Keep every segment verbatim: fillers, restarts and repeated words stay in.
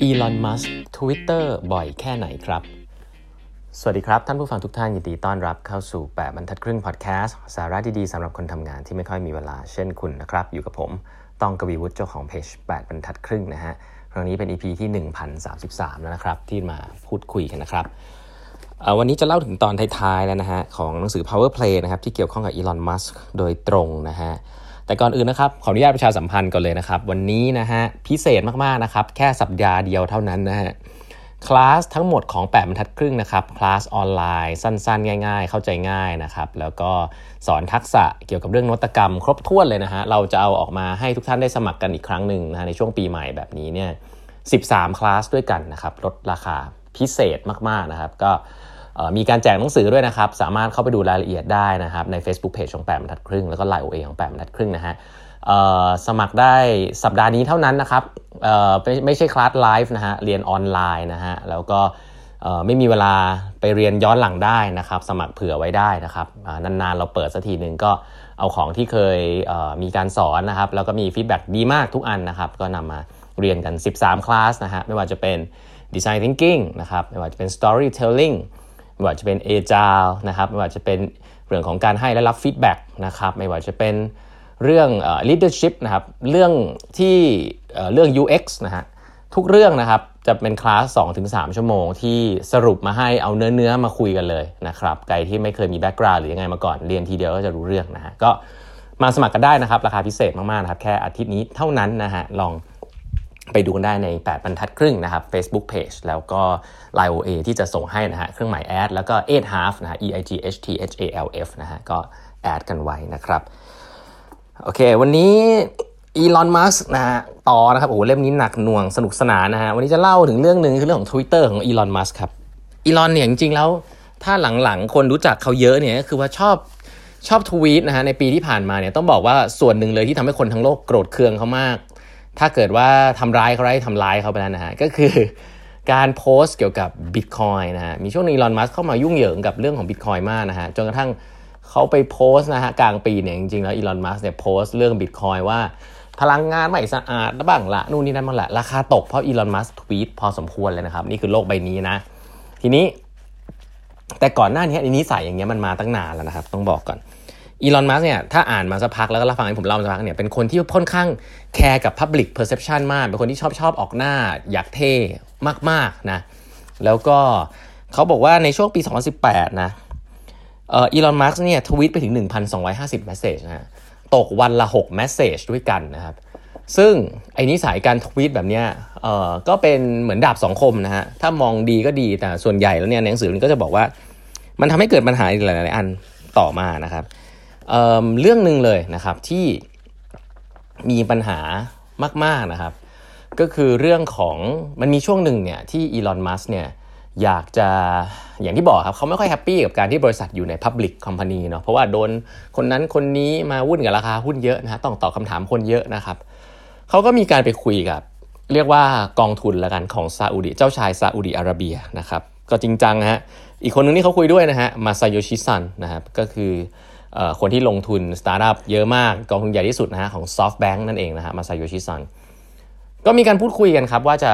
อีลอน มัสก์ Twitter บ่อยแค่ไหนครับสวัสดีครับท่านผู้ฟังทุกท่านยินดีต้อนรับเข้าสู่แปดบรรทัดครึ่งพอดแคสต์สาระดีๆสำหรับคนทำงานที่ไม่ค่อยมีเวลาเช่นคุณนะครับอยู่กับผมต้องกวีวุฒิเจ้าของเพจแปดบรรทัดครึ่งนะฮะครั้งนี้เป็น อี พี ที่ หนึ่งพันสามสิบสาม แล้วนะครับที่มาพูดคุยกันนะครับวันนี้จะเล่าถึงตอนท้ายๆแล้วนะฮะของหนังสือ Power Play นะครับที่เกี่ยวข้องกับอีลอน มัสก์ โดยตรงนะฮะแต่ก่อนอื่นนะครับขออนุญาตประชาสัมพันธ์ก่อนเลยนะครับวันนี้นะฮะพิเศษมากๆนะครับแค่สัปดาห์เดียวเท่านั้นนะฮะคลาสทั้งหมดของแปดบรรทัดครึ่งนะครับคลาสออนไลน์สั้นๆง่ายๆเข้าใจง่ายนะครับแล้วก็สอนทักษะเกี่ยวกับเรื่องนวัตกรรมครบถ้วนเลยนะฮะเราจะเอาออกมาให้ทุกท่านได้สมัครกันอีกครั้งหนึ่งนะในช่วงปีใหม่แบบนี้เนี่ยสิบสามคลาสด้วยกันนะครับลดราคาพิเศษมากๆนะครับก็มีการแจกหนังสือด้วยนะครับสามารถเข้าไปดูรายละเอียดได้นะครับใน Facebook Page ของแปดบรรทัดครึ่งแล้วก็ ไลน์ โอ เอ ของแปดบรรทัดครึ่งนะฮะสมัครได้สัปดาห์นี้เท่านั้นนะครับไม่ไม่ใช่คลาสไลฟ์นะฮะเรียนออนไลน์นะฮะแล้วก็ไม่มีเวลาไปเรียนย้อนหลังได้นะครับสมัครเผื่อไว้ได้นะครับนานๆเราเปิดสักทีนึงก็เอาของที่เคยมีการสอนนะครับแล้วก็มีฟีดแบ็กดีมากทุกอันนะครับก็นำมาเรียนกันสิบสามคลาสนะฮะไม่ว่าจะเป็น Design Thinking นะครับไม่ว่าจะเป็น Storytelling ไม่ว่าจะเป็น Agile นะครับไม่ว่าจะเป็นเรื่องของการให้และรับฟีดแบ็กนะครับไม่ว่าจะเป็นเรื่อง uh, leadership นะครับเรื่องที่ uh,เรื่อง ยู เอ็กซ์ นะฮะทุกเรื่องนะครับจะเป็นคลาส สองถึงสาม ชั่วโมงที่สรุปมาให้เอาเนื้อเนื้อมาคุยกันเลยนะครับใครที่ไม่เคยมีแบ็คกราวด์หรือยังไงมาก่อนเรียนทีเดียวก็จะรู้เรื่องนะฮะก็มาสมัครกันได้นะครับราคาพิเศษมากๆนะครับแค่อาทิตย์นี้เท่านั้นนะฮะลองไปดูกันได้ในแปดบรรทัดครึ่งนะครับ Facebook Page แล้วก็ ไลน์ โอ เอ ที่จะส่งให้นะฮะเครื่องหมายแอดแล้วก็ เอท half นะฮะ E I G H T H A L F นะฮะก็แอดกันไว้นะครับโอเควันนี้อีลอน มัสก์ นะฮะต่อนะครับโอ้โหเล่มนี้หนักหน่วงสนุกสนานนะฮะวันนี้จะเล่าถึงเรื่องนึงคือเรื่องของ Twitter ของอีลอน มัสก์ ครับอีลอนเนี่ยจริงๆแล้วถ้าหลังๆคนรู้จักเขาเยอะเนี่ยก็คือว่าชอบชอบทวีตนะฮะในปีที่ผ่านมาเนี่ยต้องบอกว่าส่วนหนึ่งเลยที่ทำให้คนทั้งโลกโกรธเคืองเขามากถ้าเกิดว่าทำร้ายเขาได้ทำร้ายเขาไปแล้วนะฮะก็คือการโพสต์เกี่ยวกับ Bitcoin นะฮะมีช่วงนึงอีลอน มัสก์ เข้ามายุ่งเหยิงกับเรื่องของ Bitcoin มากนะฮะจนกระทั่งเขาไปโพสต์นะฮะกลางปีเนี่ยจริงๆแล้วอีลอน มัสก์ เนี่ยโพสต์เรื่อง Bitcoin ว่าพลังงานไม่สะอาดบ้างละนู่นนี่นั่นบ้างละราคาตกเพราะอีลอน มัสก์ ทวีตพอสมควรเลยนะครับนี่คือโลกใบนี้นะทีนี้แต่ก่อนหน้านี้นิสัยอย่างเงี้ยมันมาตั้งนานแล้วนะครับต้องบอกก่อนอีลอน มัสก์ เนี่ยถ้าอ่านมาสักพักแล้วก็รับฟังให้ผมเล่ามาสักพักเนี่ยเป็นคนที่ค่อนข้างแคร์กับ Public Perception มากเป็นคนที่ชอบชอบออกหน้าอยากเท่มากๆนะแล้วก็เขาบอกว่าในช่วงปีสองพันสิบแปดนะเอ่ออีลอน มัสก์ เนี่ยทวีตไปถึง หนึ่งพันสองร้อยห้าสิบ เมสเสจนะฮะตกวันละหก เมสเสจด้วยกันนะครับซึ่งไอ้นิสัยการทวีตแบบเนี้ยเอ่อก็เป็นเหมือนดาบสองคมนะฮะถ้ามองดีก็ดีแต่ส่วนใหญ่แล้วเนี่ยในหนังสือมันก็จะบอกว่ามันทำให้เกิดปัญหาอีกหลายๆอันต่อมานะครับเอ่อเรื่องนึงเลยนะครับที่มีปัญหามากๆนะครับก็คือเรื่องของมันมีช่วงหนึ่งเนี่ยที่อีลอน มัสก์ เนี่ยอยากจะอย่างที่บอกครับเขาไม่ค่อยแฮปปี้กับการที่บริษัทอยู่ใน Public Company เนาะเพราะว่าโดนคนนั้นคนนี้มาวุ่นกับราคาหุ้นเยอะนะฮะต้องตอบคำถามคนเยอะนะครับเขาก็มีการไปคุยกับเรียกว่ากองทุนละกันของซาอุดิเจ้าชายซาอุดิอาระเบียนะครับก็จริงจังนะฮะอีกคนนึงที่เขาคุยด้วยนะฮะมาซาโยชิซันนะครับก็คือเอ่อคนที่ลงทุนสตาร์ทอัพเยอะมากกองทุนใหญ่ที่สุดนะฮะของ SoftBank นั่นเองนะฮะมาซาโยชิซันก็มีการพูดคุยกันครับว่าจะ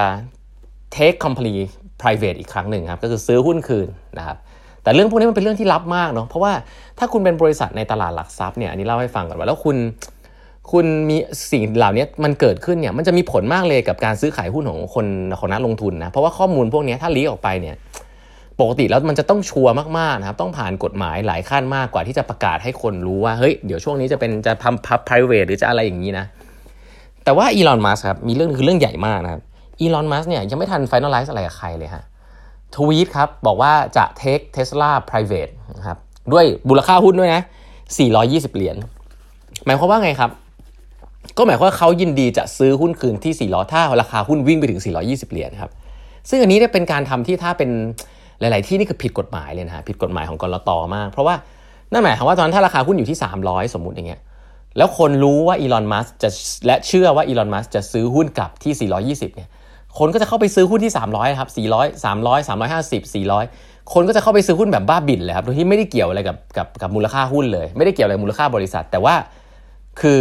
take company private อีกครั้งหนึ่งครับก็คือซื้อหุ้นคืนนะครับแต่เรื่องพวกนี้มันเป็นเรื่องที่ลับมากเนาะเพราะว่าถ้าคุณเป็นบริษัทในตลาดหลักทรัพย์เนี่ยอันนี้เล่าให้ฟังก่อนว่าแล้วคุณคุณมีสิ่งเหล่านี้มันเกิดขึ้นเนี่ยมันจะมีผลมากเลยกับการซื้อขายหุ้นของคนของนักลงทุนนะเพราะว่าข้อมูลพวกนี้ถ้าลีกออกไปเนี่ยปกติแล้วมันจะต้องชัวร์มากๆนะครับต้องผ่านกฎหมายหลายขั้นมากกว่าที่จะประกาศให้คนรู้ว่าเฮ้ยเดี๋ยวช่วงนี้จะเป็นจะทำ private หรือจะอะไรอย่างนี้นะแต่ว่าอีลอน มัสก์ ครับมีเรื่องคือเรื่องใหญ่มากนะครับอีลอน มัสก์ เนี่ยยังไม่ทัน finalize อะไรกับใครเลยฮะทวีตครับบอกว่าจะ take Tesla private นะครับด้วยมูลค่าหุ้นด้วยนะสี่ร้อยยี่สิบเหรียญหมายความว่าไงครับก็หมายความว่าเขายินดีจะซื้อหุ้นคืนที่สี่ร้อยถ้าราคาหุ้นวิ่งไปถึงสี่ร้อยยี่สิบเหรียญครับซึ่งอันนี้เนี่ยเป็นการทำที่ถ้าเป็นหลายๆที่นี่คือผิดกฎหมายเลยนะฮะผิดกฎหมายของกลต.มากเพราะว่านั่นหมายความว่าตอนนั้นถ้าราคาหุ้นอยู่ที่สามร้อยสมมุติอย่างเงี้ยแล้วคนรู้ว่าอีลอน มัสก์ จะและเชื่อว่าอีลอน มัสก์ จะซื้อหุ้นกลับที่สี่ร้อยยี่สิบเนี่ยคนก็จะเข้าไปซื้อหุ้นที่สามร้อยครับสี่ร้อย สามร้อย สามร้อยห้าสิบ สี่ร้อยคนก็จะเข้าไปซื้อหุ้นแบบบ้าบิ่นเลยครับโดยที่ไม่ได้เกี่ยวอะไรกับกับกับมูลค่าหุ้นเลยไม่ได้เกี่ยวอะไรกับมูลค่าบริษัทแต่ว่าคือ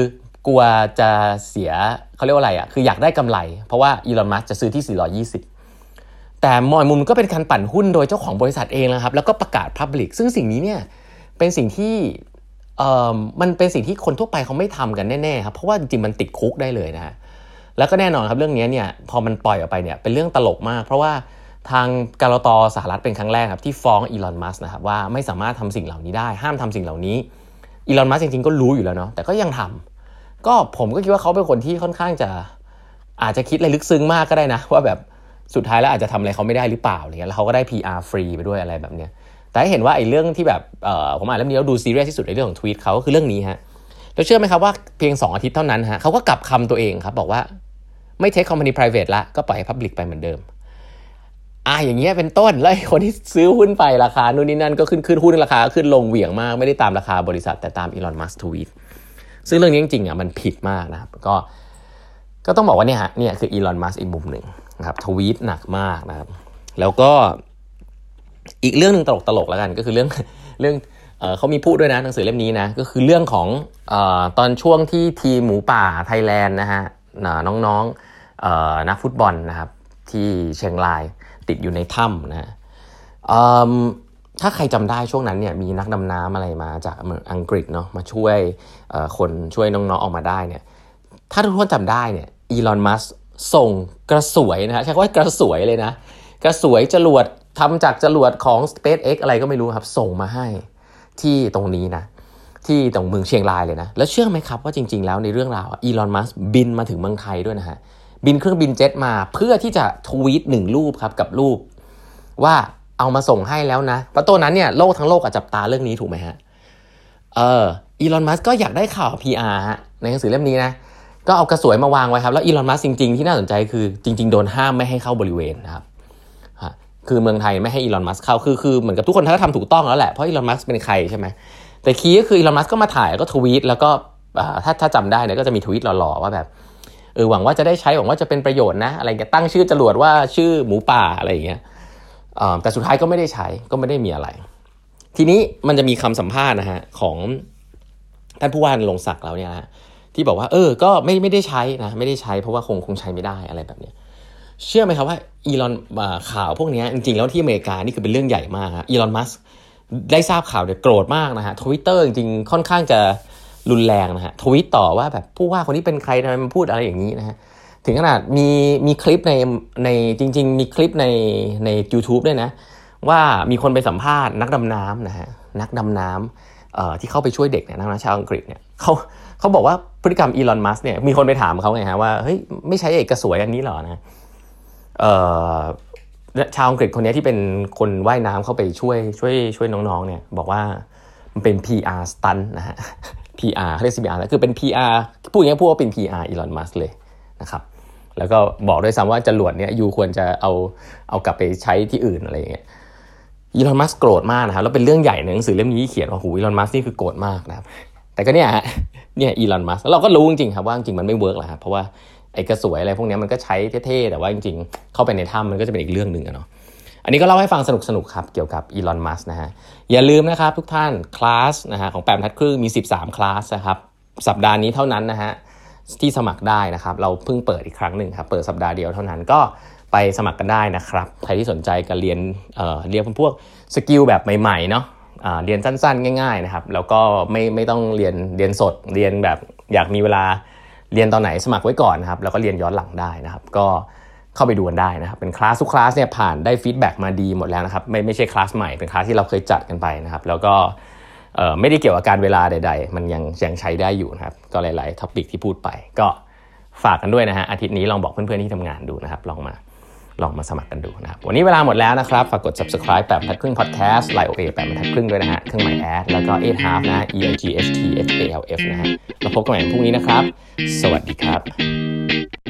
กลัวจะเสียเขาเรียกว่าอะไรอ่ะคืออยากได้กำไรเพราะว่าอีลอนมัสก์จะซื้อที่สี่ร้อยยี่สิบแต่มอยมุมก็เป็นการปั่นหุ้นโดยเจ้าของบริษัทเองนะครับแล้วก็ประกาศ Public ซึ่งสิ่งนี้เนี่ยเป็นสิ่งที่เอ่อมันเป็นสิ่งที่คนทั่วไปเขาไม่ทำกันแน่ๆครับเพราะว่าจริงๆมันติดคุกได้เลยนะฮะแล้วก็แน่นอนครับเรื่องนี้เนี่ยพอมันปล่อยออกไปเนี่ยเป็นเรื่องตลกมากเพราะว่าทางกลต.สหรัฐเป็นครั้งแรกครับที่ฟ้องอีลอนมัสก์นะครับว่าไม่สามารถทำสิ่งเหล่านี้ได้ห้ามทำสิ่งเหล่านี้อีลอนมัสก์จริงๆก็รู้อยู่แล้วเนาะแต่ก็ยังทำก็ผมก็คิดว่าเขาเป็นคนที่ค่อนข้างจะอาจจะคิดอะไรลึกซึ้งมากก็ได้นะว่าแบบสุดท้ายแล้วอาจจะทำอะไรเขาไม่ได้หรือเปล่าอะไรเงี้ยแล้วเขาก็ได้ พี อาร์ ฟรีไปด้วยอะไรแบบเนี้ยแต่ให้เห็นว่าไอ้เรื่องที่แบบเอ่อผมอ่านเล่มนี้แล้วดูซีเรียสที่สุดในเรื่องของทวีตเขาก็คือเรื่องนี้ฮะแล้วเชื่อไหมครับว่าเพียงสองอาทิตย์เท่านั้นฮะเขาก็กลับคำตัวเองครับบอกว่าไม่เทคคอมพานี private ละก็ปล่อยให้ public ไปเหมือนเดิมอ่ะอย่างเงี้ยเป็นต้นแล้วคนที่ซื้อหุ้นไปราคานู่นนี่นั่นก็ขึ้นขึ้นหุ้นราคาขึ้นลงเหวี่ยงมากไม่ได้ตามราคาบริษัทแต่ตามอีลอนมัสก์ทวีตซึ่งเรื่องนี้จริงๆอ่ะมันผิดมากนะครับก็ก็ต้องบอกว่าเนี่ยฮะเนี่ยคืออีลอนมัสก์อีกมุมหนึ่งนะครับทวีตหนักมากนะครับแล้วก็อีกเรื่องนึงตลกๆแล้วกันก็คือเรื่องเรื่องเอ่อเขามีพูดด้วยนะหนังสือเล่มนี้นะก็คือเรื่องของเอ่อตอนช่วงที่ทีมหมูป่าไทยแลนด์นะฮะน้องๆเอ่อนักฟุตบอลนะครับที่เชียงรายติดอยู่ในถ้ำนะเอ่อถ้าใครจำได้ช่วงนั้นเนี่ยมีนักดำน้ำอะไรมาจากเมืองอังกฤษเนาะมาช่วยเอ่อคนช่วยน้องๆออกมาได้เนี่ยถ้าทุกคนจำได้เนี่ยอีลอนมัสก์ส่งกระสวยนะฮะใช้คำว่ากระสวยเลยนะกระสวยจรวดทำจากจรวดของ SpaceX อะไรก็ไม่รู้ครับส่งมาให้ที่ตรงนี้นะที่ตรงเมืองเชียงรายเลยนะแล้วเชื่อไหมครับว่าจริงๆแล้วในเรื่องราวอีลอนมัสก์บินมาถึงเมืองไทยด้วยนะฮะบินเครื่องบินเจ็ตมาเพื่อที่จะทวีตหนึ่งรูปครับกับรูปว่าเอามาส่งให้แล้วนะเพราะตัวนั้นเนี่ยโลกทั้งโลกจับตาเรื่องนี้ถูกไหมฮะเอออีลอนมัสก์ก็อยากได้ข่าว พี อาร์ ฮะในหนังสือเล่มนี้นะก็เอากระสวยมาวางไว้ครับแล้วอีลอนมัสก์จริงๆที่น่าสนใจคือจริงๆโดนห้ามไม่ให้เข้าบริเวณนะครับคือเมืองไทยไม่ให้อีลอนมัสก์เข้าคือคือเหมือนกับทุกคนถ้าทำถูกต้องแล้วแหละเพราะอีลอนมัสก์เป็นใครใช่ไหมแต่คีย์ก็คืออีลอนมัสก์ก็มาถ่ายแล้วก็ทวีตแล้วก็ถ้าถ้าจำได้เนี่ยก็จะมีทวีตหล่อๆว่าแบบเออหวังว่าจะได้ใช้หวังว่าจะเป็นประโยชน์นะอะไรเงี้ยตั้งชื่อจรวดว่าชื่อหมูป่าอะไรอย่างเงี้ยแต่สุดท้ายก็ไม่ได้ใช้ก็ไม่ได้มีอะไรทีนี้มันจะมีคำสัมภาษณ์นะฮะของท่านผู้ว่าณรงค์ศักดิ์เราเนี่ยนะที่บอกว่าเออก็ไม่ไม่ได้ใช้นะไม่ได้ใช้เพราะว่าคงคงใช้ไม่ได้อะไรแบบเนี้ยเชื่อไหมครับว่าอีลอนข่าวพวกนี้จริงๆแล้วที่อเมริกานี่คือเป็นเรื่องใหญ่มากฮะอีลอนมัสก์ได้ทราบข่าวเนี่ยโกรธมากนะฮะ Twitter จริงๆค่อนข้างจะรุนแรงนะฮะทวีตต่อว่าแบบผู้ว่าคนนี้เป็นใครทำไมมันพูดอะไรอย่างนี้นะฮะถึงขนาดมีมีคลิปในในจริงๆมีคลิปในใน YouTube ด้วยนะว่ามีคนไปสัมภาษณ์นักดำน้ำนะฮะนักดำน้ำเอ่อที่เข้าไปช่วยเด็กเนี่ยนักดำน้ำชาวอังกฤษเนี่ยเขาเขาบอกว่าพฤติกรรมอีลอนมัสก์เนี่ยมีคนไปถามเขาไงฮะว่าเฮ้ยไม่ใช้เอกสวยอันนี้หรอนะเอ่อชาวอังกฤษคนนี้ที่เป็นคนว่ายน้ำเข้าไปช่วยช่วยช่วยน้องๆเนี่ยบอกว่ามันเป็น พี อาร์ stunt นะฮะ พี อาร์ เขาเรียก พี อาร์ แล้วคือเป็น พี อาร์ พูดอย่างนี้พูดว่าเป็น พี อาร์ อีลอนมัสก์เลยนะครับแล้วก็บอกด้วยซ้ำว่าจรวดเนี่ยยูควรจะเอาเอากลับไปใช้ที่อื่นอะไรอย่างเงี้ยอีลอนมัสก์โกรธมากนะครับแล้วเป็นเรื่องใหญ่ในหนังสือเล่มนี้เขียนว่าโหอีลอนมัสก์นี่คือโกรธมากนะครับแต่ก็เนี่ยเนี่ยอีลอนมัสก์เราก็รู้จริงๆครับว่าจริงๆมันไม่เวิร์กหรอกครับเพราะว่าไอ้กระสวยอะไรพวกนี้มันก็ใช้เท่ๆแต่ว่าจริงๆเข้าไปในถ้ำมันก็จะเป็นอีกเรื่องนึงอะเนาะอันนี้ก็เล่าให้ฟังสนุกๆครับเกี่ยวกับอีลอนมัสก์นะฮะอย่าลืมนะครับทุกท่านคลาสนะฮะของแปดบรรทัดครึ่งมีสิบสามคลาสนะครับสัปดาห์นี้เท่านั้นนะฮะที่สมัครได้นะครับเราเพิ่งเปิดอีกครั้งหนึ่งครับเปิดสัปดาห์เดียวเท่านั้นก็ไปสมัครกันได้นะครับใครที่สนใจการเรียนเอ่อเรียนพวกสกิลแบบใหม่ๆเนาะอ่าเรียนสั้นๆง่ายๆนะครับแล้วก็ไม่ไม่ต้องเรียนเรียนสดเรียนแบบอยากมีเวลาเรียนตอนไหนสมัครไว้ก่อนนะครับแล้วก็เรียนย้อนหลังได้นะครับก็เข้าไปดูกันได้นะครับเป็นคลาสทุกคลาสเนี่ยผ่านได้ฟีดแบ็กมาดีหมดแล้วนะครับไม่ไม่ใช่คลาสใหม่เป็นคลาสที่เราเคยจัดกันไปนะครับแล้วก็เอ่อไม่ได้เกี่ยวกับการเวลาใดๆมันยังยังใช้ได้อยู่นะครับก็หลายๆท็อปิกที่พูดไปก็ฝากกันด้วยนะฮะอาทิตย์นี้ลองบอกเพื่อนๆที่ทำงานดูนะครับลองมาลองมาสมัครกันดูนะครับวันนี้เวลาหมดแล้วนะครับฝากกด subscribe แปดบรรทัดครึ่ง podcast ไลน์ โอ เอ แปดบรรทัดครึ่งด้วยนะฮะเครื่องหมายแอดแล้วก็ eight half นะ e i g h t h a l f นะฮะเราพบกันใหม่พรุ่งนี้นะครับสวัสดีครับ